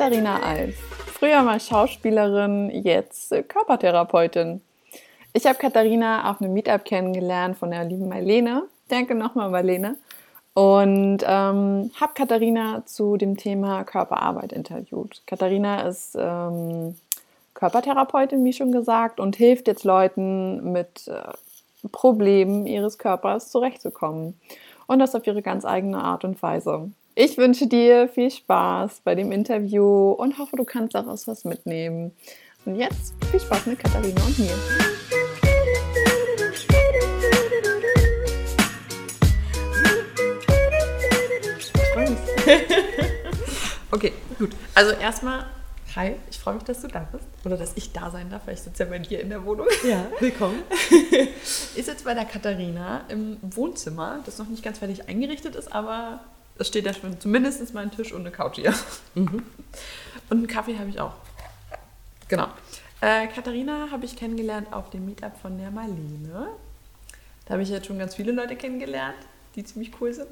Katharina Alf. Früher mal Schauspielerin, jetzt Körpertherapeutin. Ich habe Katharina auf einem Meetup kennengelernt von der lieben Marlene. Danke nochmal, Marlene. Und habe Katharina zu dem Thema Körperarbeit interviewt. Katharina ist Körpertherapeutin, wie schon gesagt, und hilft jetzt Leuten mit Problemen ihres Körpers zurechtzukommen. Und das auf ihre ganz eigene Art und Weise. Ich wünsche dir viel Spaß bei dem Interview und hoffe, du kannst daraus was mitnehmen. Und jetzt viel Spaß mit Katharina und mir. Ich freue mich. Okay, gut. Also erstmal, hi, ich freue mich, dass du da bist. Oder dass ich da sein darf, weil ich sitze ja bei dir in der Wohnung. Ja, willkommen. Ich sitze bei der Katharina im Wohnzimmer, das noch nicht ganz fertig eingerichtet ist, aber es steht da schon zumindest mal ein Tisch und eine Couch hier. Mhm. Und einen Kaffee habe ich auch. Genau. Katharina habe ich kennengelernt auf dem Meetup von der Marlene. Da habe ich jetzt schon ganz viele Leute kennengelernt, die ziemlich cool sind.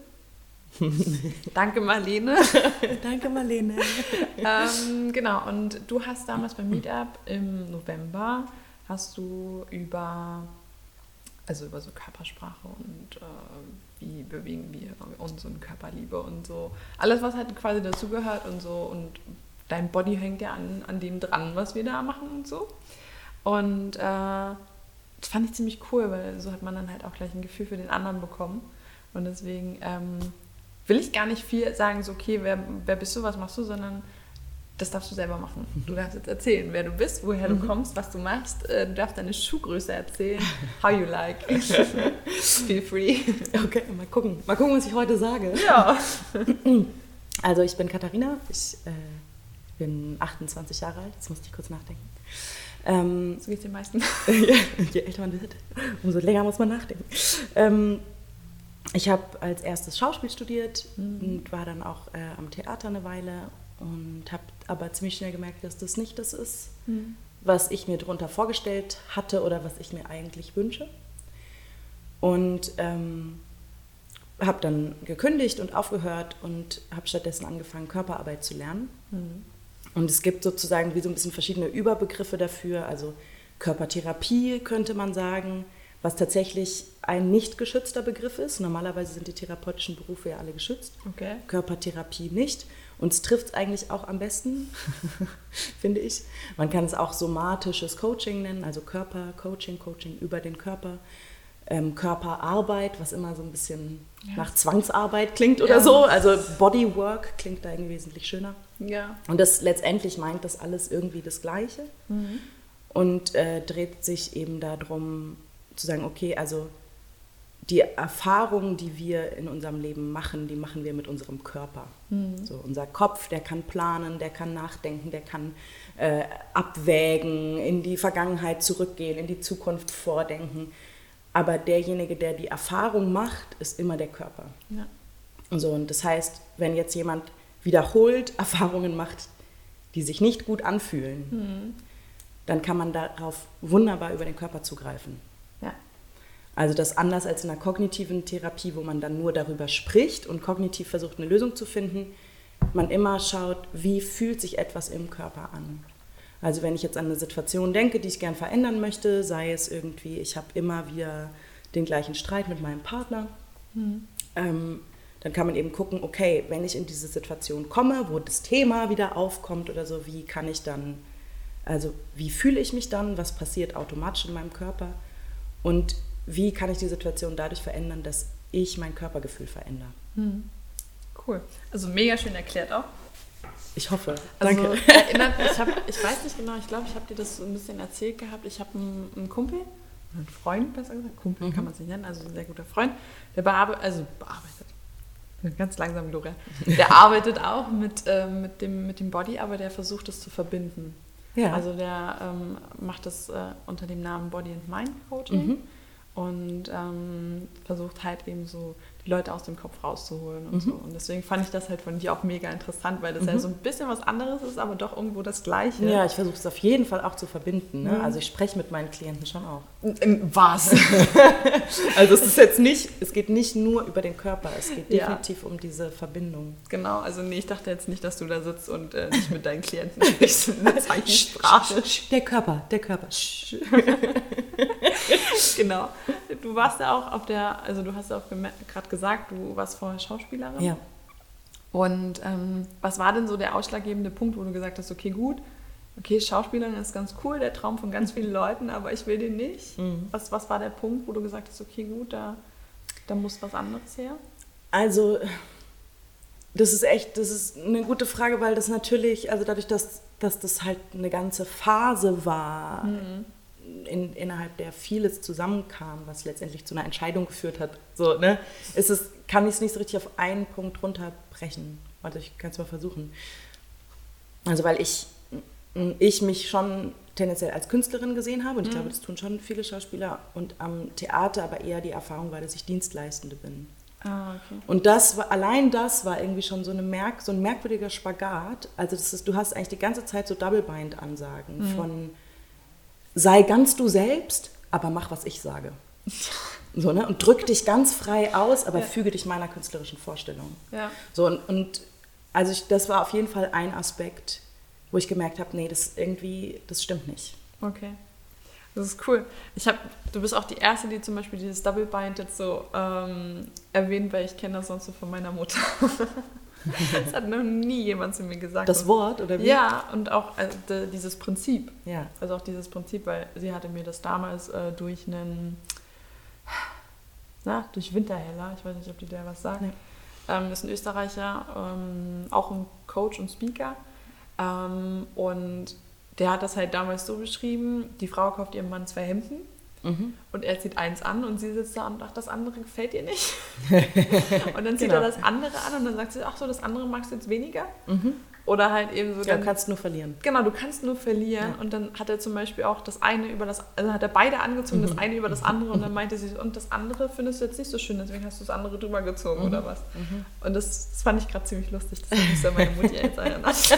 Danke, Marlene. Danke, Marlene. Genau, und du hast damals beim Meetup im November hast du über so Körpersprache und wie bewegen wir uns und Körperliebe und so. Alles, was halt quasi dazugehört und so. Und dein Body hängt ja an dem dran, was wir da machen und so. Und das fand ich ziemlich cool, weil so hat man dann halt auch gleich ein Gefühl für den anderen bekommen. Und deswegen will ich gar nicht viel sagen, so okay, wer bist du, was machst du, sondern das darfst du selber machen. Du darfst jetzt erzählen, wer du bist, woher du kommst, was du machst. Du darfst deine Schuhgröße erzählen. How you like. Feel free. Okay, mal gucken, was ich heute sage. Ja. Also ich bin Katharina, ich bin 28 Jahre alt, jetzt musste ich kurz nachdenken. So geht es den meisten. Je älter man wird, umso länger muss man nachdenken. Ich habe als erstes Schauspiel studiert und war dann auch am Theater eine Weile und habe aber ziemlich schnell gemerkt, dass das nicht das ist, was ich mir darunter vorgestellt hatte oder was ich mir eigentlich wünsche. Und habe dann gekündigt und aufgehört und habe stattdessen angefangen, Körperarbeit zu lernen. Und es gibt sozusagen wie so ein bisschen verschiedene Überbegriffe dafür, also Körpertherapie könnte man sagen, was tatsächlich ein nicht geschützter Begriff ist. Normalerweise sind die therapeutischen Berufe ja alle geschützt. Okay. Körpertherapie nicht. Und es trifft es eigentlich auch am besten, finde ich. Man kann es auch somatisches Coaching nennen, also Körpercoaching, Coaching über den Körper. Körperarbeit, was immer so ein bisschen nach Zwangsarbeit klingt oder so. Also Bodywork klingt da irgendwie wesentlich schöner. Ja. Und das letztendlich meint das alles irgendwie das Gleiche. Und dreht sich eben darum, zu sagen, okay, also die Erfahrungen, die wir in unserem Leben machen, die machen wir mit unserem Körper. So, unser Kopf, der kann planen, der kann nachdenken, der kann abwägen, in die Vergangenheit zurückgehen, in die Zukunft vordenken. Aber derjenige, der die Erfahrung macht, ist immer der Körper. Ja. So, und das heißt, wenn jetzt jemand wiederholt Erfahrungen macht, die sich nicht gut anfühlen, dann kann man darauf wunderbar über den Körper zugreifen. Ja. Also das anders als in einer kognitiven Therapie, wo man dann nur darüber spricht und kognitiv versucht, eine Lösung zu finden, man immer schaut, wie fühlt sich etwas im Körper an. Also wenn ich jetzt an eine Situation denke, die ich gern verändern möchte, sei es irgendwie, ich habe immer wieder den gleichen Streit mit meinem Partner, dann kann man eben gucken, okay, wenn ich in diese Situation komme, wo das Thema wieder aufkommt oder so, wie kann ich dann, also wie fühle ich mich dann, was passiert automatisch in meinem Körper und wie kann ich die Situation dadurch verändern, dass ich mein Körpergefühl verändere. Cool. Also mega schön erklärt auch. Ich hoffe. Also, danke. Ich weiß nicht genau, ich glaube, ich habe dir das so ein bisschen erzählt gehabt. Ich habe einen Kumpel, einen Freund besser gesagt, Kumpel kann man es nicht nennen, also ein sehr guter Freund, der bearbeitet, ganz langsam, Gloria, der arbeitet auch mit dem Body, aber der versucht es zu verbinden. Ja. Also der macht das unter dem Namen Body and Mind Coaching und versucht halt eben so die Leute aus dem Kopf rauszuholen und so. Und deswegen fand ich das halt von dir auch mega interessant, weil das ja so ein bisschen was anderes ist, aber doch irgendwo das Gleiche. Ja, ich versuche es auf jeden Fall auch zu verbinden. Ne? Also ich spreche mit meinen Klienten schon auch. Was? Also es geht nicht nur über den Körper, es geht definitiv um diese Verbindung. Genau, also nee, ich dachte jetzt nicht, dass du da sitzt und nicht mit deinen Klienten sprichst in der Zeichensprache. Der Körper. Genau. Du warst ja auch also du hast ja auch gerade gesagt, du warst vorher Schauspielerin. Ja. Und was war denn so der ausschlaggebende Punkt, wo du gesagt hast, okay, Schauspielerin ist ganz cool, der Traum von ganz vielen Leuten, aber ich will den nicht. Was war der Punkt, wo du gesagt hast, okay, gut, da muss was anderes her? Also, das ist eine gute Frage, weil das natürlich, also dadurch, dass das halt eine ganze Phase war, innerhalb der vieles zusammenkam, was letztendlich zu einer Entscheidung geführt hat, so, ne, kann ich es nicht so richtig auf einen Punkt runterbrechen. Also ich kann es mal versuchen. Also weil ich mich schon tendenziell als Künstlerin gesehen habe und ich glaube, das tun schon viele Schauspieler und am Theater aber eher die Erfahrung war, dass ich Dienstleistende bin. Ah, okay. Und das war irgendwie schon so ein merkwürdiger Spagat. Also du hast eigentlich die ganze Zeit so Double-Bind-Ansagen von sei ganz du selbst, aber mach, was ich sage. So, ne? Und drück dich ganz frei aus, aber füge dich meiner künstlerischen Vorstellung. Ja. So, und also das war auf jeden Fall ein Aspekt, wo ich gemerkt habe, nee, das stimmt nicht. Okay. Das ist cool. Du bist auch die Erste, die zum Beispiel dieses Double Bind jetzt so erwähnt, weil ich kenne das sonst so von meiner Mutter. Das hat noch nie jemand zu mir gesagt. Das Wort, oder wie? Ja, und auch dieses Prinzip. Ja. Also auch dieses Prinzip, weil sie hatte mir das damals durch Winterheller, ich weiß nicht, ob die der was sagt, ist ein Österreicher, auch ein Coach und Speaker. Und der hat das halt damals so beschrieben, die Frau kauft ihrem Mann 2 Hemden und er zieht eins an und sie sitzt da und sagt, das andere gefällt ihr nicht. Und dann zieht er das andere an und dann sagt sie, ach so, das andere magst du jetzt weniger. Oder halt eben so. Ja, du kannst nur verlieren. Genau, du kannst nur verlieren. Ja. Und dann hat er zum Beispiel auch hat er beide angezogen, das eine über das andere und dann meinte sie, und das andere findest du jetzt nicht so schön, deswegen hast du das andere drüber gezogen oder was. Und das fand ich gerade ziemlich lustig, das hat mich so meine Mutti jetzt erinnert.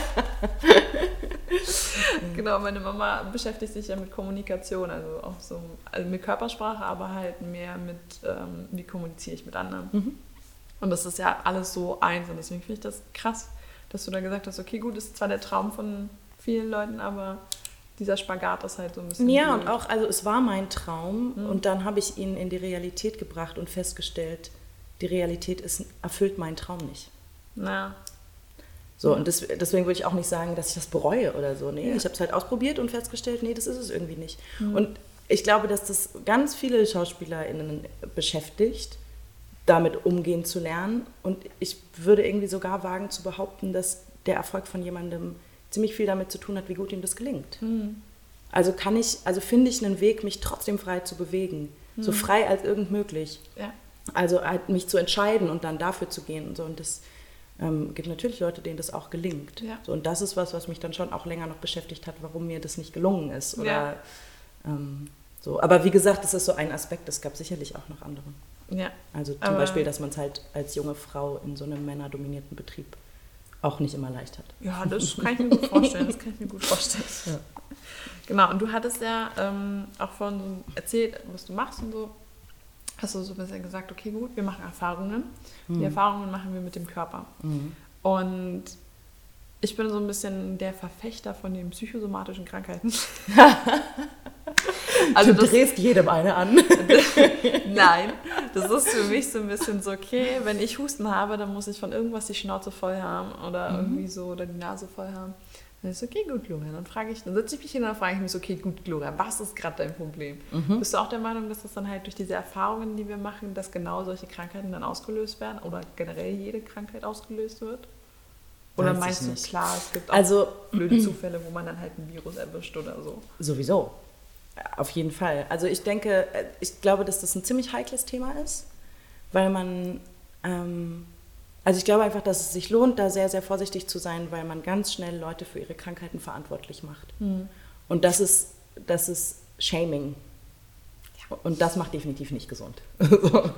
Genau, meine Mama beschäftigt sich ja mit Kommunikation, also auch so mit Körpersprache, aber halt mehr mit, wie kommuniziere ich mit anderen. Und das ist ja alles so eins und deswegen finde ich das krass, dass du da gesagt hast, okay, gut, das ist zwar der Traum von vielen Leuten, aber dieser Spagat ist halt so ein bisschen... Ja, und auch, also es war mein Traum und dann habe ich ihn in die Realität gebracht und festgestellt, die Realität erfüllt meinen Traum nicht. Na. So, und deswegen würde ich auch nicht sagen, dass ich das bereue oder so. Nee, ich habe es halt ausprobiert und festgestellt, nee, das ist es irgendwie nicht. Und ich glaube, dass das ganz viele SchauspielerInnen beschäftigt, damit umgehen zu lernen. Und ich würde irgendwie sogar wagen zu behaupten, dass der Erfolg von jemandem ziemlich viel damit zu tun hat, wie gut ihm das gelingt. Also finde ich einen Weg, mich trotzdem frei zu bewegen. So frei als irgend möglich. Ja. Also halt mich zu entscheiden und dann dafür zu gehen und so. Und das gibt natürlich Leute, denen das auch gelingt. Ja. So, und das ist was mich dann schon auch länger noch beschäftigt hat, warum mir das nicht gelungen ist. Oder, so. Aber wie gesagt, das ist so ein Aspekt, es gab sicherlich auch noch andere. Ja. Also zum Beispiel, dass man es halt als junge Frau in so einem männerdominierten Betrieb auch nicht immer leicht hat. Ja, das kann ich mir gut vorstellen. Ja. Genau, und du hattest ja auch vorhin so erzählt, was du machst und so. Hast du so ein bisschen gesagt, okay, gut, wir machen Erfahrungen. Die Erfahrungen machen wir mit dem Körper. Und ich bin so ein bisschen der Verfechter von den psychosomatischen Krankheiten. Also du drehst jedem eine an. Nein, das ist für mich so ein bisschen so, okay, wenn ich Husten habe, dann muss ich von irgendwas die Schnauze voll haben oder irgendwie so oder die Nase voll haben. Dann ist okay, gut, Gloria. Dann setze ich mich hin und dann frage ich mich so, okay, gut, Gloria, was ist gerade dein Problem? Bist du auch der Meinung, dass das dann halt durch diese Erfahrungen, die wir machen, dass genau solche Krankheiten dann ausgelöst werden oder generell jede Krankheit ausgelöst wird? Oder meinst du, klar, es gibt auch blöde Zufälle, wo man dann halt ein Virus erwischt oder so? Sowieso. Auf jeden Fall. Also ich glaube, dass das ein ziemlich heikles Thema ist, weil man, also ich glaube einfach, dass es sich lohnt, da sehr, sehr vorsichtig zu sein, weil man ganz schnell Leute für ihre Krankheiten verantwortlich macht. Und das ist Shaming. Ja. Und das macht definitiv nicht gesund. So.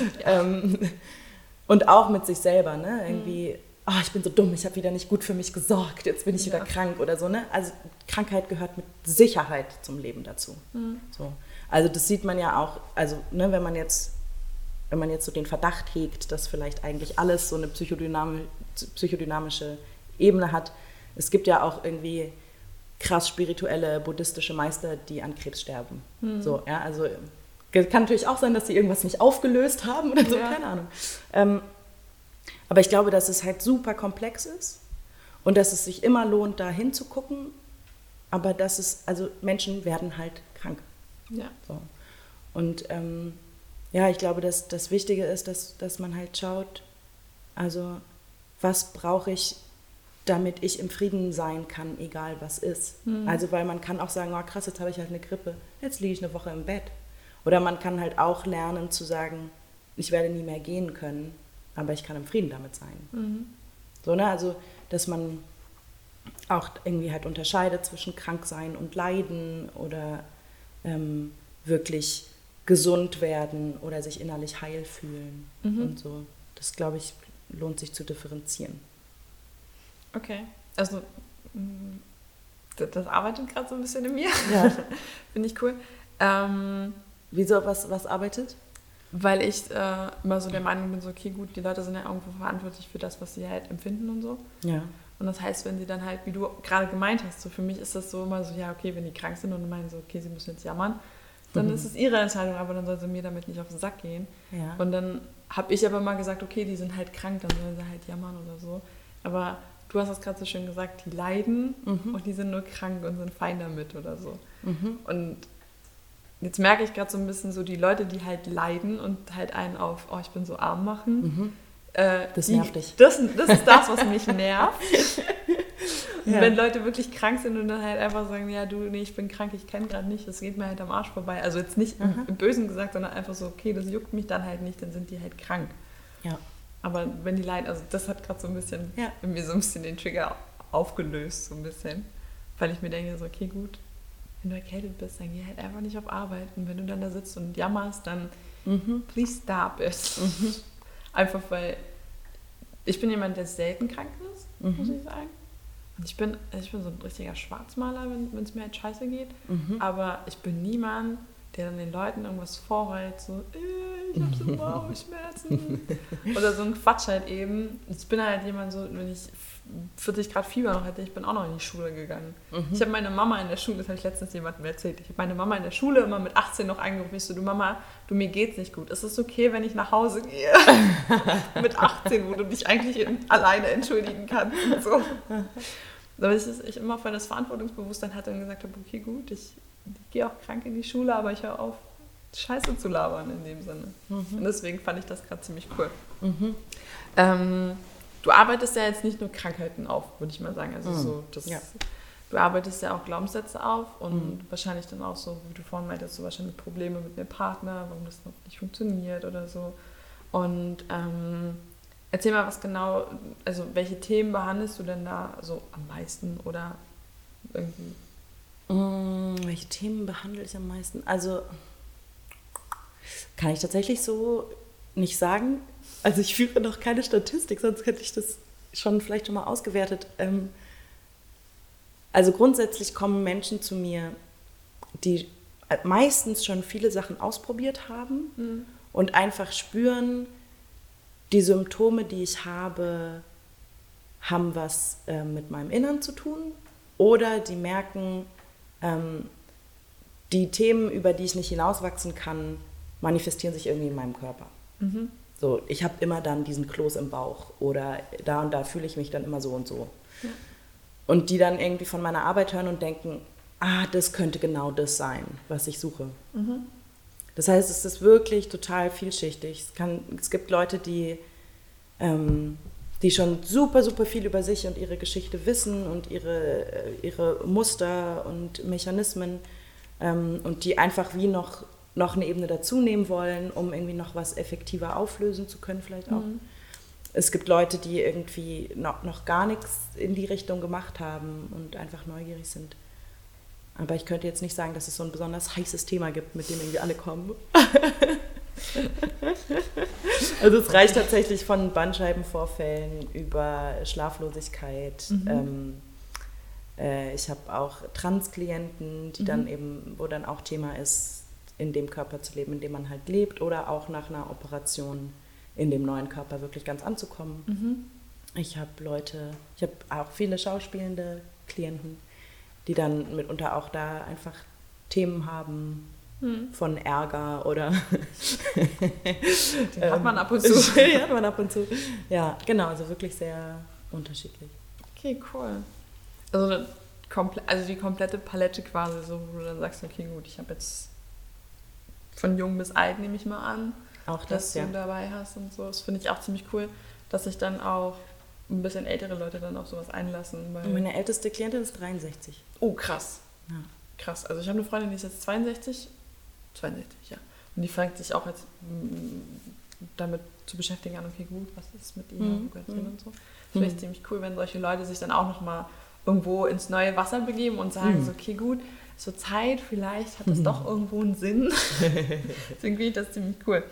Und auch mit sich selber, ne? Irgendwie, oh, ich bin so dumm, ich habe wieder nicht gut für mich gesorgt, jetzt bin ich wieder krank oder so, ne? Also Krankheit gehört mit Sicherheit zum Leben dazu. So. Also das sieht man ja auch, also ne, wenn man jetzt so den Verdacht hegt, dass vielleicht eigentlich alles so eine psychodynamische Ebene hat. Es gibt ja auch irgendwie krass spirituelle buddhistische Meister, die an Krebs sterben. So, ja, also kann natürlich auch sein, dass sie irgendwas nicht aufgelöst haben oder so, keine Ahnung. Aber ich glaube, dass es halt super komplex ist und dass es sich immer lohnt, da hinzugucken, aber dass es, also Menschen werden halt krank. Ja. So. Und ich glaube, dass das Wichtige ist, dass man halt schaut, also was brauche ich, damit ich im Frieden sein kann, egal was ist. Also weil man kann auch sagen, oh krass, jetzt habe ich halt eine Grippe, jetzt liege ich eine Woche im Bett. Oder man kann halt auch lernen zu sagen, ich werde nie mehr gehen können, aber ich kann im Frieden damit sein. So, ne? Also, dass man auch irgendwie halt unterscheidet zwischen Kranksein und Leiden oder wirklich gesund werden oder sich innerlich heil fühlen und so. Das, glaube ich, lohnt sich zu differenzieren. Okay, also das arbeitet gerade so ein bisschen in mir. Ja. Finde ich cool. Wieso, was arbeitet? Weil ich immer so der Meinung bin, so okay, gut, die Leute sind ja irgendwo verantwortlich für das, was sie halt empfinden und so. Ja. Und das heißt, wenn sie dann halt, wie du gerade gemeint hast, so für mich ist das so immer so, ja, okay, wenn die krank sind und meinen so, okay, sie müssen jetzt jammern, dann ist es ihre Entscheidung, aber dann soll sie mir damit nicht auf den Sack gehen. Ja. Und dann habe ich aber mal gesagt, okay, die sind halt krank, dann sollen sie halt jammern oder so. Aber du hast das gerade so schön gesagt, die leiden und die sind nur krank und sind fein damit oder so. Und jetzt merke ich gerade so ein bisschen so die Leute, die halt leiden und halt einen auf, oh, ich bin so arm machen. Das nervt dich. Das ist das, was mich nervt. Ja. Wenn Leute wirklich krank sind und dann halt einfach sagen, ja du, nee, ich bin krank, ich kenne gerade nicht, das geht mir halt am Arsch vorbei. Also jetzt nicht im Bösen gesagt, sondern einfach so, okay, das juckt mich dann halt nicht, dann sind die halt krank. Ja. Aber wenn die leiden, also das hat gerade so ein bisschen in mir so ein bisschen den Trigger aufgelöst, so ein bisschen. Weil ich mir denke, so, okay, gut, wenn du erkältet bist, dann geh halt einfach nicht auf Arbeit. Und wenn du dann da sitzt und jammerst, dann please stop it. Einfach weil ich bin jemand, der selten krank ist, muss ich sagen. Und ich bin so ein richtiger Schwarzmaler, wenn es mir halt scheiße geht. Aber ich bin niemand, der dann den Leuten irgendwas vorheult, so, ich hab so Bauchschmerzen. Oder so ein Quatsch halt eben. Ich bin halt jemand so, wenn ich 40 Grad Fieber noch hätte, ich bin auch noch in die Schule gegangen. Ich habe meine Mama in der Schule, das habe ich letztens jemandem erzählt, ich habe meine Mama in der Schule immer mit 18 noch angerufen, ich so, du Mama, mir geht's nicht gut. Ist es okay, wenn ich nach Hause gehe? Mit 18, wo du dich eigentlich alleine entschuldigen kannst und so. Aber ich immer voll das Verantwortungsbewusstsein hatte und gesagt habe, okay, gut, ich gehe auch krank in die Schule, aber ich höre auf, Scheiße zu labern in dem Sinne. Und deswegen fand ich das gerade ziemlich cool. Du arbeitest ja jetzt nicht nur Krankheiten auf, würde ich mal sagen. Also so, du arbeitest ja auch Glaubenssätze auf und wahrscheinlich dann auch so, wie du vorhin meintest, so wahrscheinlich Probleme mit einem Partner, warum das noch nicht funktioniert oder so. Und erzähl mal, was genau, also welche Themen behandelst du denn da so am meisten oder irgendwie? Welche Themen behandle ich am meisten? Also kann ich tatsächlich so nicht sagen. Also ich führe noch keine Statistik, sonst hätte ich das vielleicht schon mal ausgewertet. Also grundsätzlich kommen Menschen zu mir, die meistens schon viele Sachen ausprobiert haben und einfach spüren, die Symptome, die ich habe, haben was mit meinem Innern zu tun. Oder die merken, die Themen, über die ich nicht hinauswachsen kann, manifestieren sich irgendwie in meinem Körper. So, ich habe immer dann diesen Kloß im Bauch oder da und da fühle ich mich dann immer so und so. Ja. Und die dann irgendwie von meiner Arbeit hören und denken, das könnte genau das sein, was ich suche. Das heißt, es ist wirklich total vielschichtig. Es gibt Leute, die schon super, super viel über sich und ihre Geschichte wissen und ihre Muster und Mechanismen und die einfach wie noch eine Ebene dazu nehmen wollen, um irgendwie noch was effektiver auflösen zu können vielleicht auch. Es gibt Leute, die irgendwie noch gar nichts in die Richtung gemacht haben und einfach neugierig sind. Aber ich könnte jetzt nicht sagen, dass es so ein besonders heißes Thema gibt, mit dem irgendwie alle kommen. Also es reicht tatsächlich von Bandscheibenvorfällen über Schlaflosigkeit. Ich habe auch Trans-Klienten, die dann eben, wo dann auch Thema ist, in dem Körper zu leben, in dem man halt lebt, oder auch nach einer Operation in dem neuen Körper wirklich ganz anzukommen. Ich habe auch viele schauspielende Klienten, die dann mitunter auch da einfach Themen haben von Ärger oder Den hat man ab und zu. Die hat man ab und zu. Ja, genau, also wirklich sehr unterschiedlich. Okay, cool. Also die komplette Palette quasi, so wo du dann sagst, okay, gut, ich habe jetzt von jung bis alt, nehme ich mal an, Auch dass das, du dabei hast und so. Das finde ich auch ziemlich cool, dass sich dann auch ein bisschen ältere Leute dann auf sowas einlassen. Weil Meine älteste Klientin ist 63. Oh, krass. Ja. Krass. Also ich habe eine Freundin, die ist jetzt 62, ja. Und die fängt sich auch jetzt damit zu beschäftigen an, okay, gut, was ist mit ihr, wo gehört sie hin und so. Das finde ich ziemlich cool, wenn solche Leute sich dann auch nochmal irgendwo ins neue Wasser begeben und sagen so, okay, gut, zur Zeit, vielleicht hat das doch irgendwo einen Sinn. Deswegen finde ich das ziemlich cool.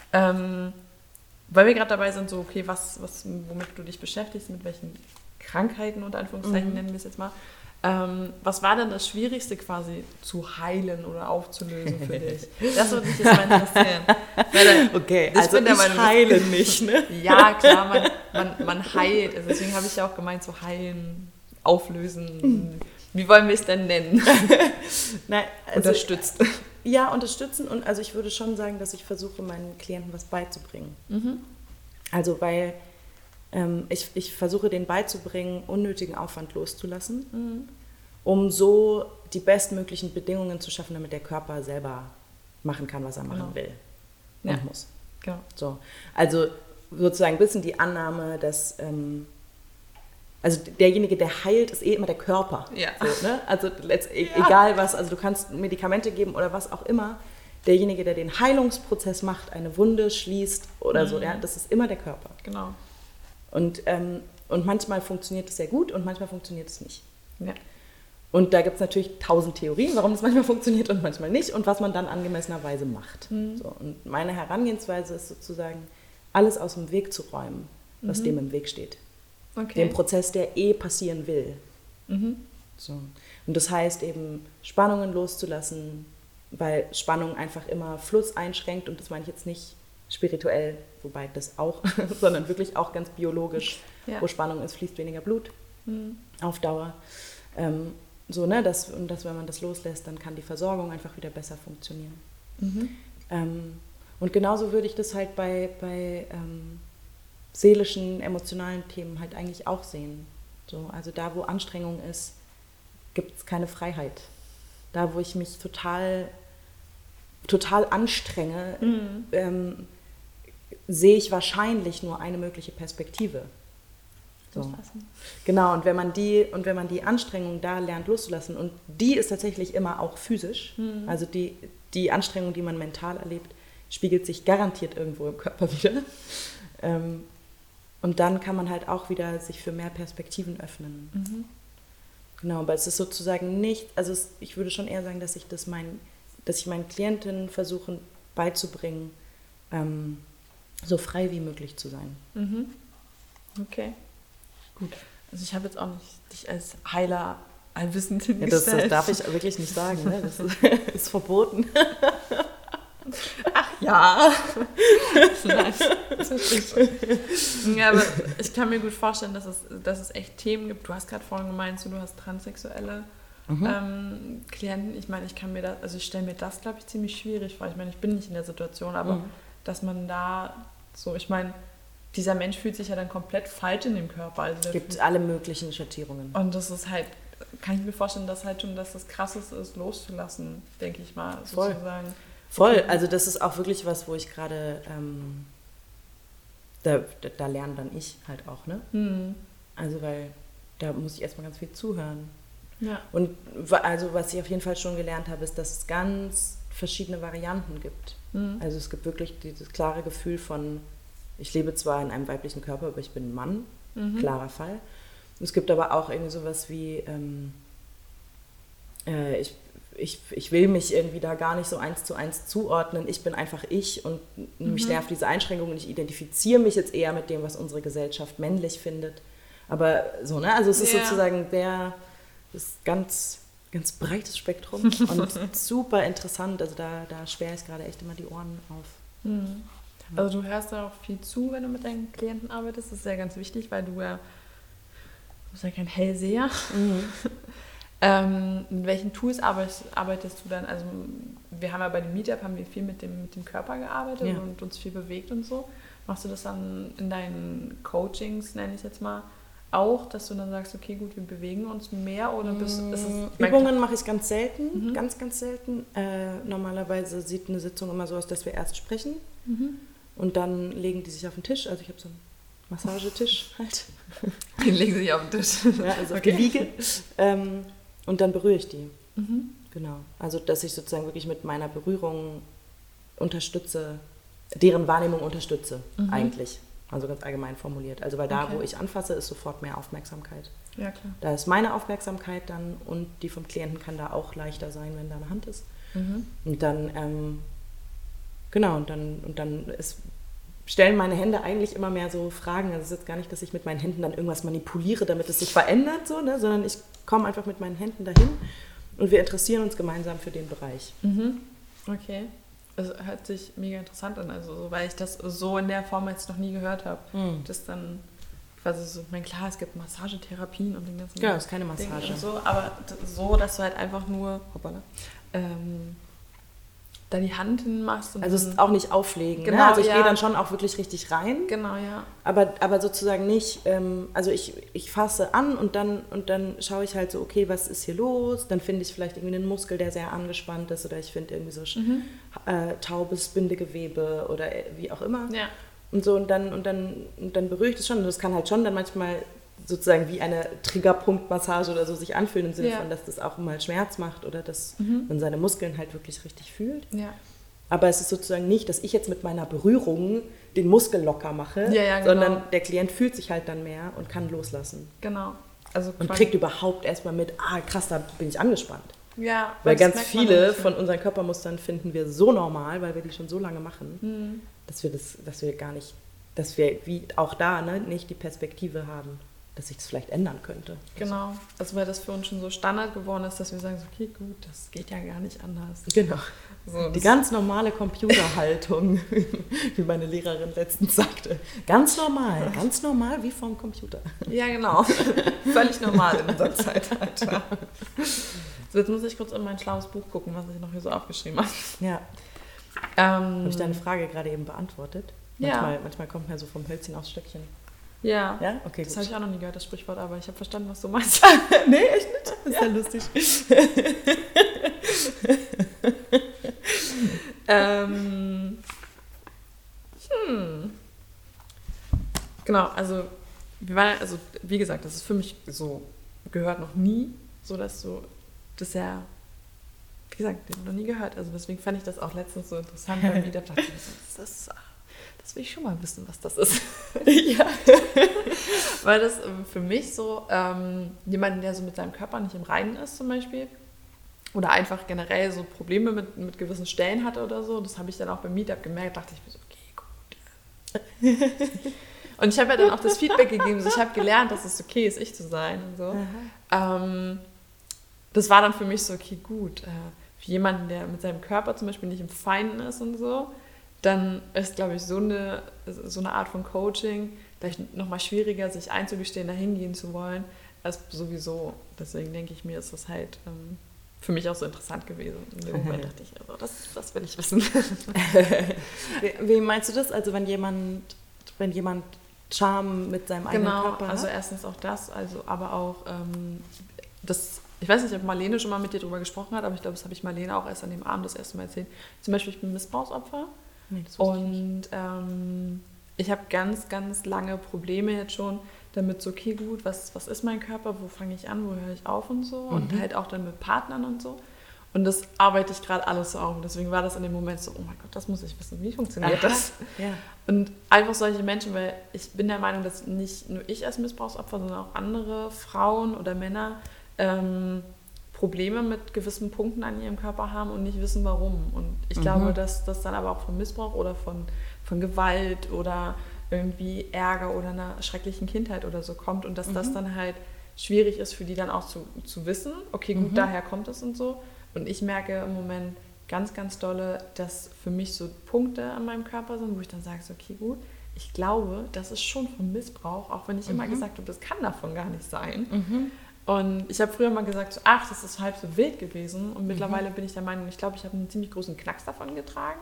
Weil wir gerade dabei sind, so, okay, womit du dich beschäftigst, mit welchen Krankheiten, unter Anführungszeichen nennen wir es jetzt mal. Was war denn das Schwierigste quasi zu heilen oder aufzulösen für dich? Das würde mich jetzt mal interessieren. Okay, also ich heile nicht, ne? Ja, klar, man heilt. Also deswegen habe ich ja auch gemeint, so heilen, auflösen. Wie wollen wir es denn nennen? Nein, also, unterstützt. Ja, unterstützen. Und also ich würde schon sagen, dass ich versuche, meinen Klienten was beizubringen. Also weil ich versuche, denen beizubringen, unnötigen Aufwand loszulassen, um so die bestmöglichen Bedingungen zu schaffen, damit der Körper selber machen kann, was er machen will und muss. Genau. So. Also sozusagen ein bisschen die Annahme, dass also derjenige, der heilt, ist immer der Körper. Ja. So, ne? Also egal was, also du kannst Medikamente geben oder was auch immer, derjenige, der den Heilungsprozess macht, eine Wunde schließt oder so, ja, das ist immer der Körper. Genau. Und manchmal funktioniert es sehr gut und manchmal funktioniert es nicht. Ja. Und da gibt es natürlich 1000 Theorien, warum es manchmal funktioniert und manchmal nicht und was man dann angemessenerweise macht. So, und meine Herangehensweise ist sozusagen, alles aus dem Weg zu räumen, was dem im Weg steht. Okay. Den Prozess, der passieren will. So. Und das heißt eben, Spannungen loszulassen, weil Spannung einfach immer Fluss einschränkt, und das meine ich jetzt nicht spirituell, wobei das auch, sondern wirklich auch ganz biologisch, wo Spannung ist, fließt weniger Blut auf Dauer. So, ne, dass wenn man das loslässt, dann kann die Versorgung einfach wieder besser funktionieren. Und genauso würde ich das halt bei seelischen, emotionalen Themen halt eigentlich auch sehen. So, also da, wo Anstrengung ist, gibt es keine Freiheit. Da, wo ich mich total anstrenge, sehe ich wahrscheinlich nur eine mögliche Perspektive. So. Genau, und wenn man die Anstrengung da lernt loszulassen, und die ist tatsächlich immer auch physisch, also die Anstrengung, die man mental erlebt, spiegelt sich garantiert irgendwo im Körper wieder. Und dann kann man halt auch wieder sich für mehr Perspektiven öffnen. Genau, aber es ist sozusagen nicht, also ich würde schon eher sagen, dass ich meinen Klientinnen versuche beizubringen, so frei wie möglich zu sein. Okay, gut. Also ich habe jetzt auch nicht dich als Heiler allwissend hingestellt. Ja, das darf ich wirklich nicht sagen, ne? Das ist verboten. Ach ja. Ja, aber ich kann mir gut vorstellen, dass es echt Themen gibt. Du hast gerade vorhin gemeint, du hast transsexuelle Klienten. Ich meine, ich stelle mir das, glaube ich, ziemlich schwierig vor. Ich meine, ich bin nicht in der Situation, aber dass man da so, ich meine, dieser Mensch fühlt sich ja dann komplett falsch in dem Körper. Also es gibt alle möglichen Schattierungen. Und das ist halt, kann ich mir vorstellen, dass das Krasseste ist, loszulassen, denke ich mal, sozusagen. Voll, also das ist auch wirklich was, wo ich gerade, da lerne dann ich halt auch, ne? Also weil da muss ich erstmal ganz viel zuhören. Ja. Und also was ich auf jeden Fall schon gelernt habe, ist, dass es ganz verschiedene Varianten gibt. Also es gibt wirklich dieses klare Gefühl von, ich lebe zwar in einem weiblichen Körper, aber ich bin ein Mann, klarer Fall. Und es gibt aber auch irgendwie sowas wie, ich will mich irgendwie da gar nicht so 1:1 zuordnen. Ich bin einfach ich und mich nervt diese Einschränkung und ich identifiziere mich jetzt eher mit dem, was unsere Gesellschaft männlich findet. Aber so, ne? Also es ist sozusagen das ganz breites Spektrum und super interessant. Also da sperre ich gerade echt immer die Ohren auf. Mhm. Also du hörst da auch viel zu, wenn du mit deinen Klienten arbeitest. Das ist ja ganz wichtig, weil du bist ja kein Hellseher. Mit welchen Tools arbeitest du dann? Also wir haben ja bei dem Meetup viel mit dem Körper gearbeitet und uns viel bewegt und so. Machst du das dann in deinen Coachings, nenne ich es jetzt mal, auch, dass du dann sagst, okay, gut, wir bewegen uns mehr oder Übungen mache ich ganz selten, ganz selten. Normalerweise sieht eine Sitzung immer so aus, dass wir erst sprechen und dann legen die sich auf den Tisch. Also ich habe so einen Massagetisch halt. Den legen sie sich auf den Tisch. Ja, also auf die Liege. Und dann berühre ich die. Genau. Also dass ich sozusagen wirklich mit meiner Berührung unterstütze, deren Wahrnehmung unterstütze eigentlich. Also ganz allgemein formuliert. Also weil da, wo ich anfasse, ist sofort mehr Aufmerksamkeit. Ja, klar. Da ist meine Aufmerksamkeit dann und die vom Klienten kann da auch leichter sein, wenn da eine Hand ist. Und dann, stellen meine Hände eigentlich immer mehr so Fragen. Also es ist jetzt gar nicht, dass ich mit meinen Händen dann irgendwas manipuliere, damit es sich verändert, so, ne? Sondern ich komme einfach mit meinen Händen dahin und wir interessieren uns gemeinsam für den Bereich. Okay. Das hört sich mega interessant an, also weil ich das so in der Form jetzt noch nie gehört habe. Das dann quasi so, ich meine, klar, es gibt Massagetherapien und den ganzen Ja, das ist keine Massage. Und so, aber so, dass du halt einfach nur da die Hand hinmachst. Und also es ist auch nicht auflegen. Genau, ne? Also ich gehe dann schon auch wirklich richtig rein. Genau, ja. Aber sozusagen nicht, also ich fasse an und dann schaue ich halt so, okay, was ist hier los? Dann finde ich vielleicht irgendwie einen Muskel, der sehr angespannt ist oder ich finde irgendwie so taubes Bindegewebe oder wie auch immer. Ja. Und so und dann berühre ich das schon. Und das kann halt schon dann manchmal sozusagen wie eine Triggerpunktmassage oder so sich anfühlen im Sinne von, dass das auch mal Schmerz macht oder dass man seine Muskeln halt wirklich richtig fühlt. Ja. Aber es ist sozusagen nicht, dass ich jetzt mit meiner Berührung den Muskel locker mache, sondern der Klient fühlt sich halt dann mehr und kann loslassen. Genau. Also und kriegt überhaupt erstmal mit, krass, da bin ich angespannt. Ja. Weil ganz viele von unseren Körpermustern finden wir so normal, weil wir die schon so lange machen, dass wir wie auch da nicht die Perspektive haben, dass sich das vielleicht ändern könnte. Genau, also weil das für uns schon so Standard geworden ist, dass wir sagen, so, okay, gut, das geht ja gar nicht anders. Genau. So, die ganz normale Computerhaltung, wie meine Lehrerin letztens sagte. Ganz normal wie vom Computer. Ja, genau. Völlig normal in unserem Zeitalter. So, jetzt muss ich kurz in mein schlaues Buch gucken, was ich noch hier so aufgeschrieben habe. Ja. Habe ich deine Frage gerade eben beantwortet? Manchmal kommt man so vom Hölzchen aufs Stöckchen. Ja, okay, das habe ich auch noch nie gehört, das Sprichwort, aber ich habe verstanden, was du meinst. Nee, echt nicht? Das ist ja lustig. Genau, also wie gesagt, das ist für mich so, gehört noch nie, so dass du das ja, wie gesagt, den noch nie gehört. Also deswegen fand ich das auch letztens so interessant, weil ich dachte, das will ich schon mal wissen, was das ist. Ja. Weil das für mich so, jemanden, der so mit seinem Körper nicht im Reinen ist zum Beispiel, oder einfach generell so Probleme mit gewissen Stellen hatte oder so, das habe ich dann auch beim Meetup gemerkt, dachte ich mir so, okay, gut. Und ich habe ja dann auch das Feedback gegeben, so, ich habe gelernt, dass es okay ist, ich zu sein und so. Das war dann für mich so, okay, gut, für jemanden, der mit seinem Körper zum Beispiel nicht im Feinen ist und so, dann ist, glaube ich, so eine Art von Coaching vielleicht nochmal schwieriger, sich einzugestehen, da hingehen zu wollen, als sowieso. Deswegen denke ich mir, ist das halt für mich auch so interessant gewesen. In dem Moment dachte ich, also das will ich wissen. Wie meinst du das? Also wenn jemand Charme mit seinem eigenen Körper hat? Genau, also erstens auch das, aber auch ich weiß nicht, ob Marlene schon mal mit dir drüber gesprochen hat, aber ich glaube, das habe ich Marlene auch erst an dem Abend das erste Mal erzählt. Zum Beispiel, ich bin Missbrauchsopfer. Nee, und ich habe ganz, ganz lange Probleme jetzt schon damit, so, okay, gut, was ist mein Körper, wo fange ich an, wo höre ich auf und so. Und halt auch dann mit Partnern und so. Und das arbeite ich gerade alles so auf. Und deswegen war das in dem Moment so, oh mein Gott, das muss ich wissen, wie funktioniert das? Ja. Und einfach solche Menschen, weil ich bin der Meinung, dass nicht nur ich als Missbrauchsopfer, sondern auch andere Frauen oder Männer Probleme mit gewissen Punkten an ihrem Körper haben und nicht wissen, warum. Und ich glaube, dass das dann aber auch von Missbrauch oder von Gewalt oder irgendwie Ärger oder einer schrecklichen Kindheit oder so kommt und dass das dann halt schwierig ist für die dann auch zu wissen, okay, gut, daher kommt es und so. Und ich merke im Moment ganz, ganz dolle, dass für mich so Punkte an meinem Körper sind, wo ich dann sage, so, okay, gut, ich glaube, das ist schon vom Missbrauch, auch wenn ich immer gesagt habe, das kann davon gar nicht sein. Und ich habe früher mal gesagt, so, ach, das ist halb so wild gewesen. Und mittlerweile bin ich der Meinung, ich glaube, ich habe einen ziemlich großen Knacks davon getragen.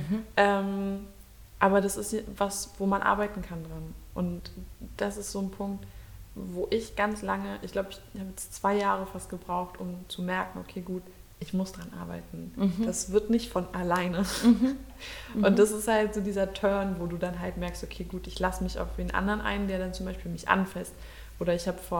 Aber das ist was, wo man arbeiten kann dran. Und das ist so ein Punkt, wo ich ganz lange, ich glaube, ich habe jetzt 2 Jahre fast gebraucht, um zu merken, okay, gut, ich muss dran arbeiten. Das wird nicht von alleine. Und das ist halt so dieser Turn, wo du dann halt merkst, okay, gut, ich lasse mich auf den anderen ein, der dann zum Beispiel mich anfasst. Oder ich habe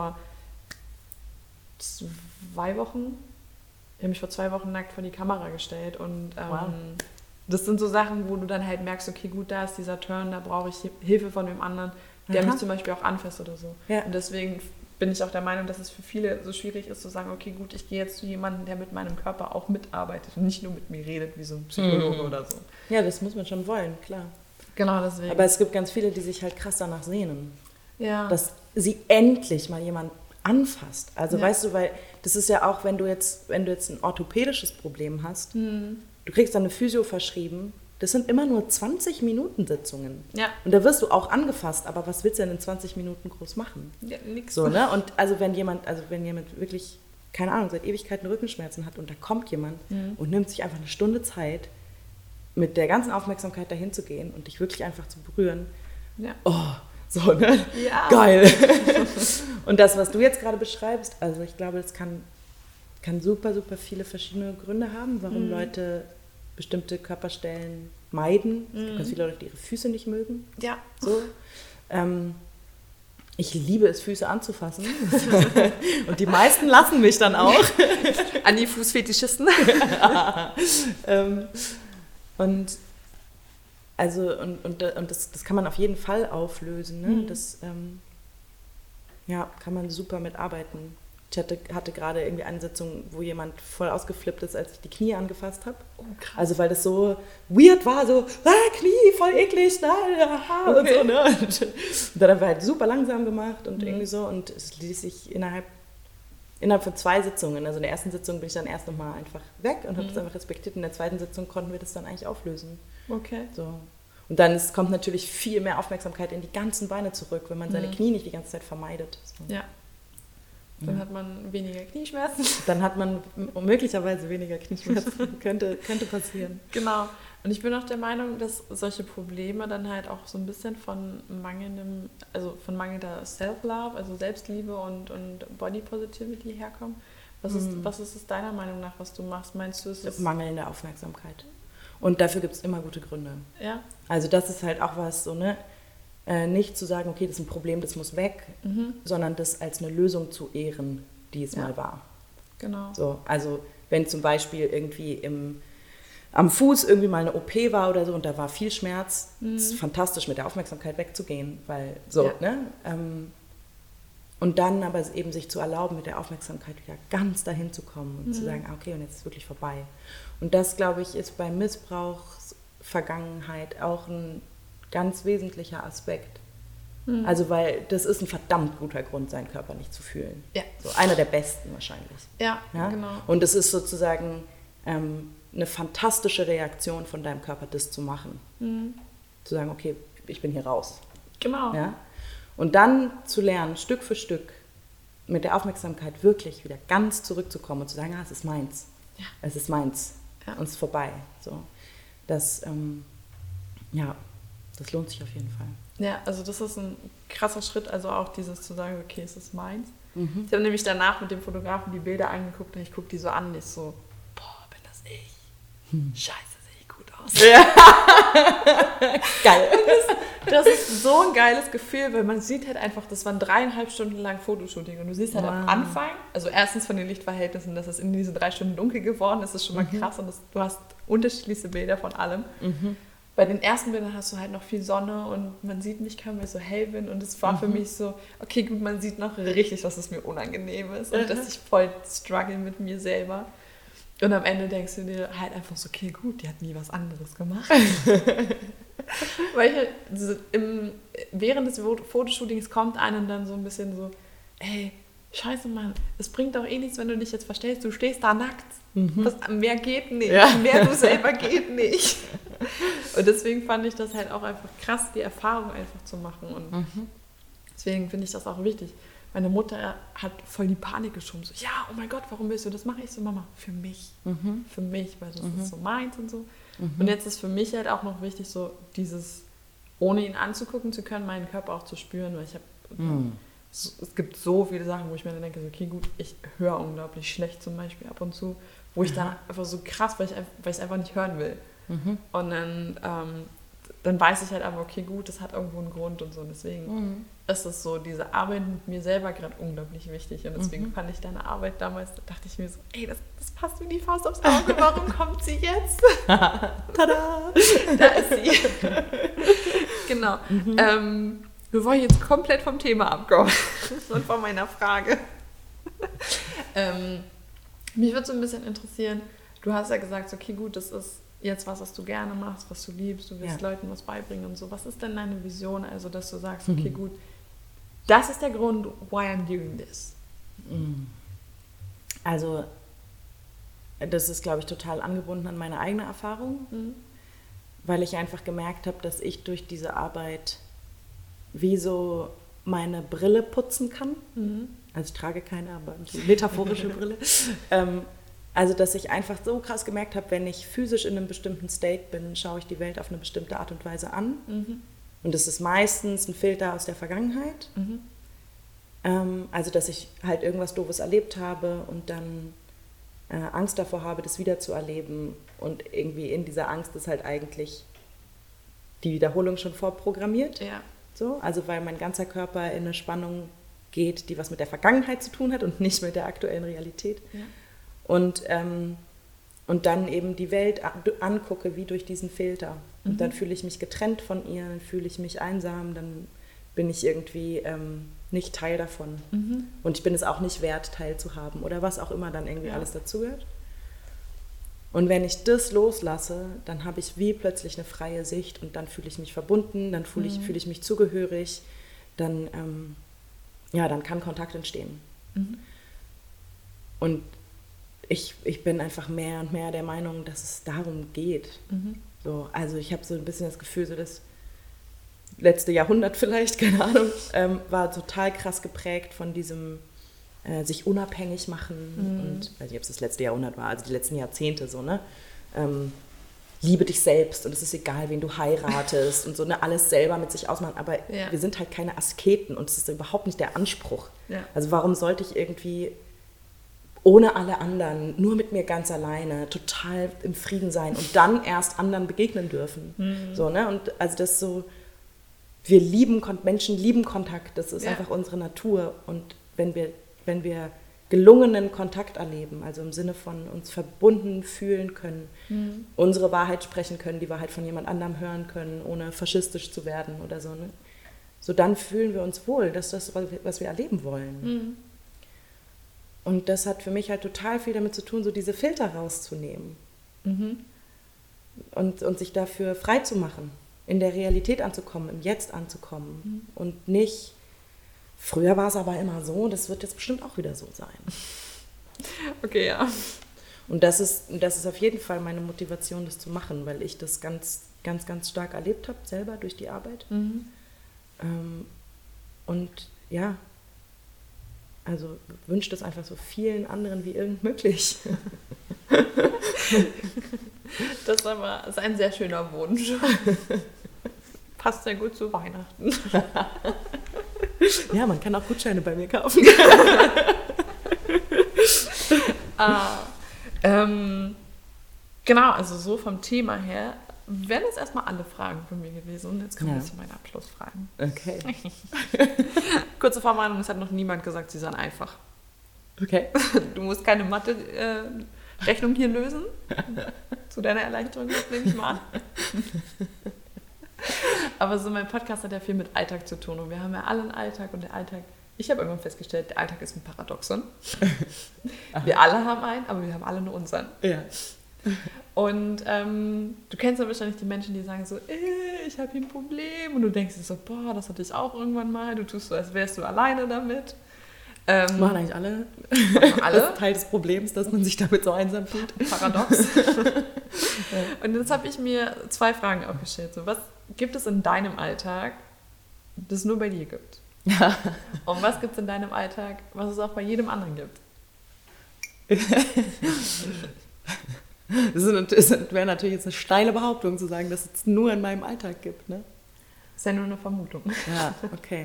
mich vor 2 Wochen nackt vor die Kamera gestellt und das sind so Sachen, wo du dann halt merkst, okay, gut, da ist dieser Turn, da brauche ich Hilfe von dem anderen, der mich zum Beispiel auch anfasst oder so. Ja. Und deswegen bin ich auch der Meinung, dass es für viele so schwierig ist zu sagen, okay, gut, ich gehe jetzt zu jemandem, der mit meinem Körper auch mitarbeitet und nicht nur mit mir redet, wie so ein Psychologe oder so. Ja, das muss man schon wollen, klar. Genau, deswegen. Aber es gibt ganz viele, die sich halt krass danach sehnen. Ja. Dass sie endlich mal jemand anfasst. Also weißt du, weil das ist ja auch, wenn du jetzt ein orthopädisches Problem hast, du kriegst dann eine Physio verschrieben, das sind immer nur 20 Minuten Sitzungen. Ja. Und da wirst du auch angefasst, aber was willst du denn in 20 Minuten groß machen? Ja, nix. So, ne? Und also wenn jemand wirklich, keine Ahnung, seit Ewigkeiten Rückenschmerzen hat und da kommt jemand und nimmt sich einfach eine Stunde Zeit, mit der ganzen Aufmerksamkeit dahin zu gehen und dich wirklich einfach zu berühren. Ja. Oh, so, ne? Ja. Geil. Und das, was du jetzt gerade beschreibst, also ich glaube, das kann super, super viele verschiedene Gründe haben, warum Leute bestimmte Körperstellen meiden. Es gibt ganz viele Leute, die ihre Füße nicht mögen. Ja. So. Ich liebe es, Füße anzufassen. Und die meisten lassen mich dann auch. An die Fußfetischisten. Und das kann man auf jeden Fall auflösen. Ne? Das kann man super mitarbeiten. Ich hatte gerade irgendwie eine Sitzung, wo jemand voll ausgeflippt ist, als ich die Knie angefasst habe. Oh, krass. Also weil das so weird war, so, Knie, voll eklig, und so. Ne? Und dann haben wir halt super langsam gemacht und irgendwie so. Und es ließ sich innerhalb von 2 Sitzungen, also in der ersten Sitzung bin ich dann erst nochmal einfach weg und habe das einfach respektiert. In der zweiten Sitzung konnten wir das dann eigentlich auflösen. Okay. So. Und dann kommt natürlich viel mehr Aufmerksamkeit in die ganzen Beine zurück, wenn man seine Knie nicht die ganze Zeit vermeidet. So. Ja. Dann hat man weniger Knieschmerzen. Dann hat man möglicherweise weniger Knieschmerzen. könnte passieren. Genau. Und ich bin auch der Meinung, dass solche Probleme dann halt auch so ein bisschen von mangelnder Self-Love, also Selbstliebe und Body Positivity herkommen. Was ist es deiner Meinung nach, was du machst? Meinst du, es ist mangelnde Aufmerksamkeit. Und dafür gibt es immer gute Gründe. Ja. Also das ist halt auch was so, ne? Nicht zu sagen, okay, das ist ein Problem, das muss weg, sondern das als eine Lösung zu ehren, die es mal war. Genau. So, also wenn zum Beispiel irgendwie am Fuß irgendwie mal eine OP war oder so und da war viel Schmerz, ist fantastisch, mit der Aufmerksamkeit wegzugehen, weil so, ne? Und dann aber eben sich zu erlauben, mit der Aufmerksamkeit wieder ganz dahin zu kommen und zu sagen, okay, und jetzt ist es wirklich vorbei. Und das, glaube ich, ist bei Missbrauchsvergangenheit auch ein ganz wesentlicher Aspekt. Also, weil das ist ein verdammt guter Grund, seinen Körper nicht zu fühlen. Ja. So einer der besten wahrscheinlich. Ja, genau. Und es ist sozusagen eine fantastische Reaktion von deinem Körper, das zu machen. Zu sagen, okay, ich bin hier raus. Genau. Ja? Und dann zu lernen, Stück für Stück, mit der Aufmerksamkeit wirklich wieder ganz zurückzukommen und zu sagen, es ist meins. Ja. Es ist meins. Ja. Und es ist vorbei. So. Das lohnt sich auf jeden Fall. Ja, also das ist ein krasser Schritt, also auch dieses zu sagen, okay, es ist meins. Ich habe nämlich danach mit dem Fotografen die Bilder angeguckt und ich gucke die so an und ich so, boah, bin das ich? Scheiße, sehe ich gut aus. Ja. Geil. Das ist so ein geiles Gefühl, weil man sieht halt einfach, das waren 3,5 Stunden lang Fotoshooting und du siehst halt am Anfang, also erstens von den Lichtverhältnissen, dass es in diesen 3 Stunden dunkel geworden ist, ist schon mal krass und du hast unterschiedlichste Bilder von allem. bei den ersten Bildern hast du halt noch viel Sonne und man sieht mich kaum, weil ich so hell bin. Und es war für mich so, okay, gut, man sieht noch richtig, dass es mir unangenehm ist und dass ich voll struggle mit mir selber. Und am Ende denkst du dir halt einfach so, okay, gut, die hat nie was anderes gemacht. Weil ich halt während des Fotoshootings kommt einem dann so ein bisschen so, ey, scheiße, Mann, es bringt doch eh nichts, wenn du dich jetzt verstellst. Du stehst da nackt. Mehr geht nicht. Ja. Mehr du selber geht nicht. Und deswegen fand ich das halt auch einfach krass, die Erfahrung einfach zu machen. Und deswegen finde ich das auch wichtig. Meine Mutter hat voll die Panik geschoben. So, ja, oh mein Gott, warum willst du das machen? Ich so, Mama, für mich. Für mich, weil das ist so meins und so. Und jetzt ist für mich halt auch noch wichtig, so dieses, ohne ihn anzugucken zu können, meinen Körper auch zu spüren. Weil ich habe, es gibt so viele Sachen, wo ich mir dann denke, so, okay, gut, ich höre unglaublich schlecht zum Beispiel ab und zu. Wo ich dann einfach so krass, weil ich es einfach nicht hören will. Und dann weiß ich halt aber, okay, gut, das hat irgendwo einen Grund und so. Und deswegen ist es so, diese Arbeit mit mir selber gerade unglaublich wichtig. Und deswegen fand ich deine Arbeit damals, da dachte ich mir so, ey, das passt wie die Faust aufs Auge, warum kommt sie jetzt? Tada! Da ist sie. Genau. Bevor ich jetzt komplett vom Thema abkomme und von meiner Frage. Mich würde so ein bisschen interessieren, du hast ja gesagt, okay, gut, das ist jetzt was du gerne machst, was du liebst, du willst Leuten was beibringen und so. Was ist denn deine Vision? Also, dass du sagst, okay, gut, das ist der Grund, why I'm doing this. Also, das ist, glaube ich, total angebunden an meine eigene Erfahrung, weil ich einfach gemerkt habe, dass ich durch diese Arbeit wie so meine Brille putzen kann. Also ich trage keine, aber so metaphorische Brille. Also dass ich einfach so krass gemerkt habe, wenn ich physisch in einem bestimmten State bin, schaue ich die Welt auf eine bestimmte Art und Weise an. Und das ist meistens ein Filter aus der Vergangenheit. Also dass ich halt irgendwas Doofes erlebt habe und dann Angst davor habe, das wieder zu erleben. Und irgendwie in dieser Angst ist halt eigentlich die Wiederholung schon vorprogrammiert. Ja. So, also weil mein ganzer Körper in eine Spannung geht, die was mit der Vergangenheit zu tun hat und nicht mit der aktuellen Realität. Ja. Und dann eben die Welt angucke, wie durch diesen Filter. Und dann fühle ich mich getrennt von ihr, dann fühle ich mich einsam, dann bin ich irgendwie nicht Teil davon. Und ich bin es auch nicht wert, teilzuhaben oder was auch immer dann irgendwie alles dazugehört. Und wenn ich das loslasse, dann habe ich wie plötzlich eine freie Sicht und dann fühle ich mich verbunden, dann fühle ich mich zugehörig, dann kann Kontakt entstehen. Und ich bin einfach mehr und mehr der Meinung, dass es darum geht. So, also ich habe so ein bisschen das Gefühl, so das letzte Jahrhundert vielleicht, keine Ahnung, war total krass geprägt von diesem sich unabhängig machen und ich weiß nicht, ob es das letzte Jahrhundert war, also die letzten Jahrzehnte so, ne? Liebe dich selbst und es ist egal, wen du heiratest und so, ne? Alles selber mit sich ausmachen, aber wir sind halt keine Asketen und es ist überhaupt nicht der Anspruch. Ja. Also warum sollte ich irgendwie ohne alle anderen, nur mit mir ganz alleine, total im Frieden sein und dann erst anderen begegnen dürfen? So, ne? Und also das so, Menschen lieben Kontakt, das ist einfach unsere Natur und wenn wir gelungenen Kontakt erleben, also im Sinne von uns verbunden fühlen können, unsere Wahrheit sprechen können, die Wahrheit von jemand anderem hören können, ohne faschistisch zu werden oder so, ne? So dann fühlen wir uns wohl, das ist das, was wir erleben wollen. Und das hat für mich halt total viel damit zu tun, so diese Filter rauszunehmen und sich dafür frei zu machen, in der Realität anzukommen, im Jetzt anzukommen und nicht früher war es aber immer so, das wird jetzt bestimmt auch wieder so sein. Okay, ja. Und das ist auf jeden Fall meine Motivation, das zu machen, weil ich das ganz, ganz, ganz stark erlebt habe, selber durch die Arbeit. Und ja, also wünsche das einfach so vielen anderen wie irgend möglich. Das ist ein sehr schöner Wunsch. Passt sehr gut zu Weihnachten. Ja, man kann auch Gutscheine bei mir kaufen. Genau, also so vom Thema her wären es erstmal alle Fragen von mir gewesen. Und jetzt kommen wir zu meinen Abschlussfragen. Okay. Kurze Vorwarnung, es hat noch niemand gesagt, sie seien einfach. Okay. Du musst keine Mathe Rechnung hier lösen. Zu deiner Erleichterung, nehme ich mal an. Aber so mein Podcast hat ja viel mit Alltag zu tun. Und wir haben ja alle einen Alltag. Und der Alltag, ich habe irgendwann festgestellt, der Alltag ist ein Paradoxon. Wir alle haben einen, aber wir haben alle nur unseren. Ja. Und du kennst ja wahrscheinlich die Menschen, die sagen so, ich habe hier ein Problem. Und du denkst dir so, boah, das hatte ich auch irgendwann mal. Du tust so, als wärst du alleine damit. Machen eigentlich alle. Alle? Das ist Teil des Problems, dass man sich damit so einsam fühlt. Paradox. Und jetzt habe ich mir 2 Fragen aufgestellt. So, was gibt es in deinem Alltag, das es nur bei dir gibt? Ja. Und was gibt es in deinem Alltag, was es auch bei jedem anderen gibt? Das wäre natürlich jetzt eine steile Behauptung zu sagen, dass es nur in meinem Alltag gibt. Ne? Das ist ja nur eine Vermutung. Ja, okay.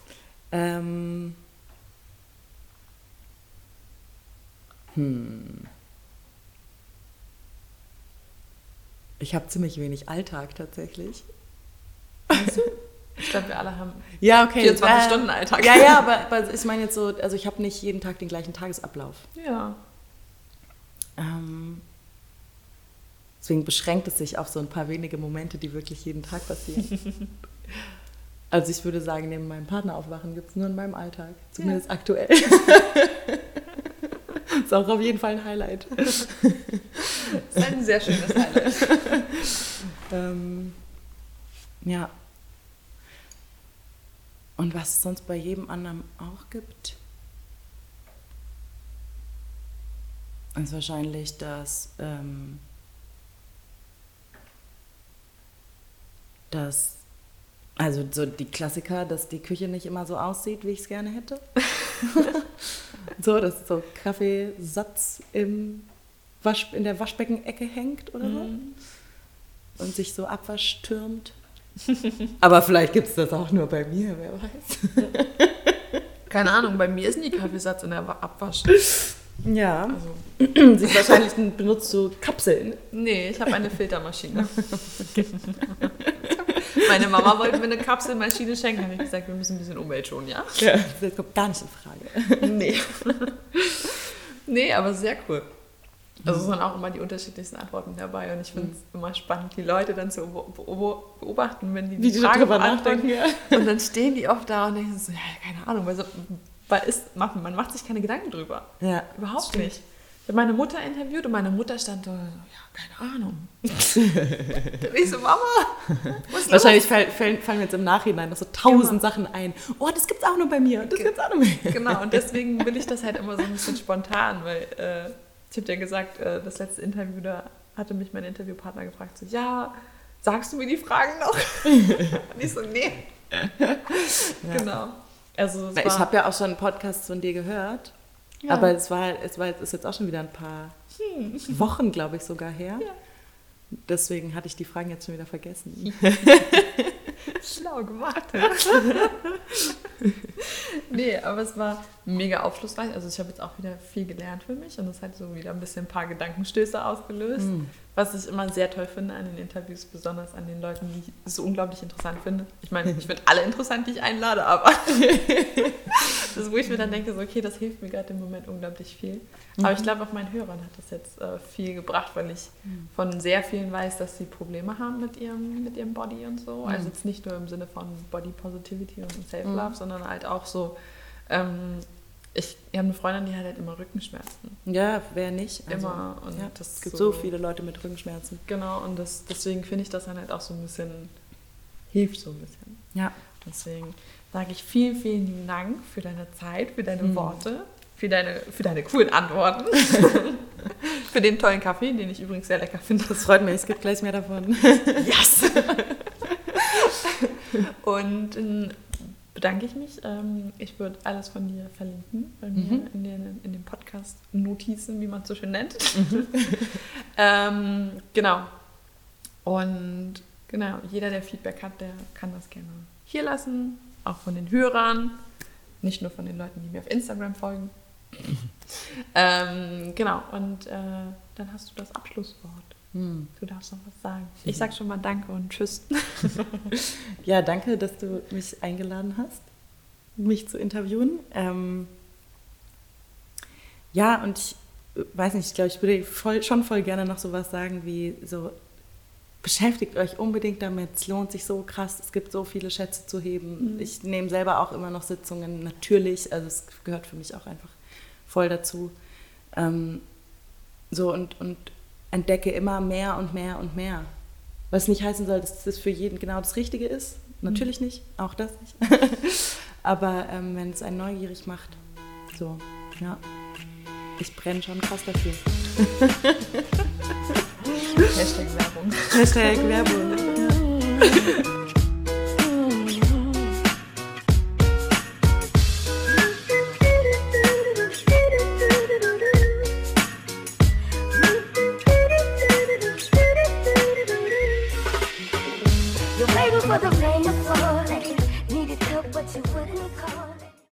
Ich habe ziemlich wenig Alltag tatsächlich. Ich glaube, wir alle haben Ja, okay. 24-Stunden-Alltag. Ja, aber ich meine jetzt so, also ich habe nicht jeden Tag den gleichen Tagesablauf. Ja. Deswegen beschränkt es sich auf so ein paar wenige Momente, die wirklich jeden Tag passieren. Also ich würde sagen, neben meinem Partner aufwachen gibt es nur in meinem Alltag. Zumindest aktuell. Ist auch auf jeden Fall ein Highlight. Das ist ein sehr schönes Highlight. Ja. Und was es sonst bei jedem anderen auch gibt, ist wahrscheinlich, dass also so die Klassiker, dass die Küche nicht immer so aussieht, wie ich es gerne hätte. So, dass so Kaffeesatz in der Waschbeckenecke hängt oder so. Und sich so Abwasch türmt. Aber vielleicht gibt es das auch nur bei mir, wer weiß. Keine Ahnung, bei mir ist nie Kaffeesatz in der Abwasch. Ja, Also, sie wahrscheinlich benutzt du Kapseln. nee, ich habe eine Filtermaschine. Meine Mama wollte mir eine Kapselmaschine schenken. Habe ich gesagt, wir müssen ein bisschen Umwelt schonen, ja? Ja, das kommt gar nicht in Frage. Nee. Nee, aber sehr cool. Also es sind auch immer die unterschiedlichsten Antworten dabei. Und ich finde es immer spannend, die Leute dann zu beobachten, wenn die Frage Frage nachdenken. Ja. Und dann stehen die oft da und denken so, ja, keine Ahnung, man macht sich keine Gedanken drüber. Ja, Überhaupt nicht. Ich habe meine Mutter interviewt und meine Mutter stand da so, ja, keine Ahnung. Und ich so, Mama, was ist wahrscheinlich fallen mir jetzt im Nachhinein noch so 1000 Genau. Sachen ein. Oh, das gibt's auch nur bei mir. Das gibt's auch nur bei mir. Genau, und deswegen will ich das halt immer so ein bisschen spontan, weil ich habe ja gesagt, das letzte Interview, da hatte mich mein Interviewpartner gefragt, so, ja, sagst du mir die Fragen noch? Und ich so, nee. Ja. Genau. Also Ich habe ja auch schon einen Podcast von dir gehört, Ja. aber es ist jetzt auch schon wieder ein paar Wochen, glaube ich, sogar her. Ja. Deswegen hatte ich die Fragen jetzt schon wieder vergessen. schlau gemacht. Nee, aber es war mega aufschlussreich. Also ich habe jetzt auch wieder viel gelernt für mich und das hat so wieder ein paar Gedankenstöße ausgelöst. Was ich immer sehr toll finde an den Interviews, besonders an den Leuten, die ich so unglaublich interessant finde. Ich meine, ich finde alle interessant, die ich einlade, aber das, wo ich mir dann denke, so, okay, das hilft mir gerade im Moment unglaublich viel. Aber ich glaube, auch meinen Hörern hat das jetzt viel gebracht, weil ich von sehr vielen weiß, dass sie Probleme haben mit ihrem Body und so. Also jetzt nicht nur im Sinne von Body Positivity und Self-Love, sondern halt auch so, ich habe eine Freundin, die hat halt immer Rückenschmerzen. Ja, wer nicht? Also, Immer. Und ja, das es gibt so viele Leute mit Rückenschmerzen. Genau, und deswegen finde ich das dann halt auch so ein bisschen, hilft so ein bisschen. Ja. Deswegen sage ich vielen, vielen lieben Dank für deine Zeit, für deine Worte, für deine coolen Antworten, für den tollen Kaffee, den ich übrigens sehr lecker finde. Das freut mich, es gibt gleich mehr davon. Yes! Und bedanke ich mich. Ich würde alles von dir verlinken bei mir in den Podcast-Notizen, wie man es so schön nennt. Genau. Und genau, jeder, der Feedback hat, der kann das gerne hier lassen, auch von den Hörern, nicht nur von den Leuten, die mir auf Instagram folgen. Genau, und dann hast du das Abschlusswort. Du darfst noch was sagen. Ich sag schon mal Danke und Tschüss. Ja, danke, dass du mich eingeladen hast, mich zu interviewen. Ja, und weiß nicht, ich glaube, ich würde schon voll gerne noch sowas sagen wie so, beschäftigt euch unbedingt damit, es lohnt sich so krass, es gibt so viele Schätze zu heben. Ich nehme selber auch immer noch Sitzungen, natürlich, also es gehört für mich auch einfach voll dazu. So und entdecke immer mehr und mehr und mehr. Was nicht heißen soll, dass das für jeden genau das Richtige ist. Natürlich nicht, auch das nicht. Aber wenn es einen neugierig macht, so, ja. Ich brenne schon krass dafür. Hashtag Werbung. Hashtag Werbung. You're waiting for the rain to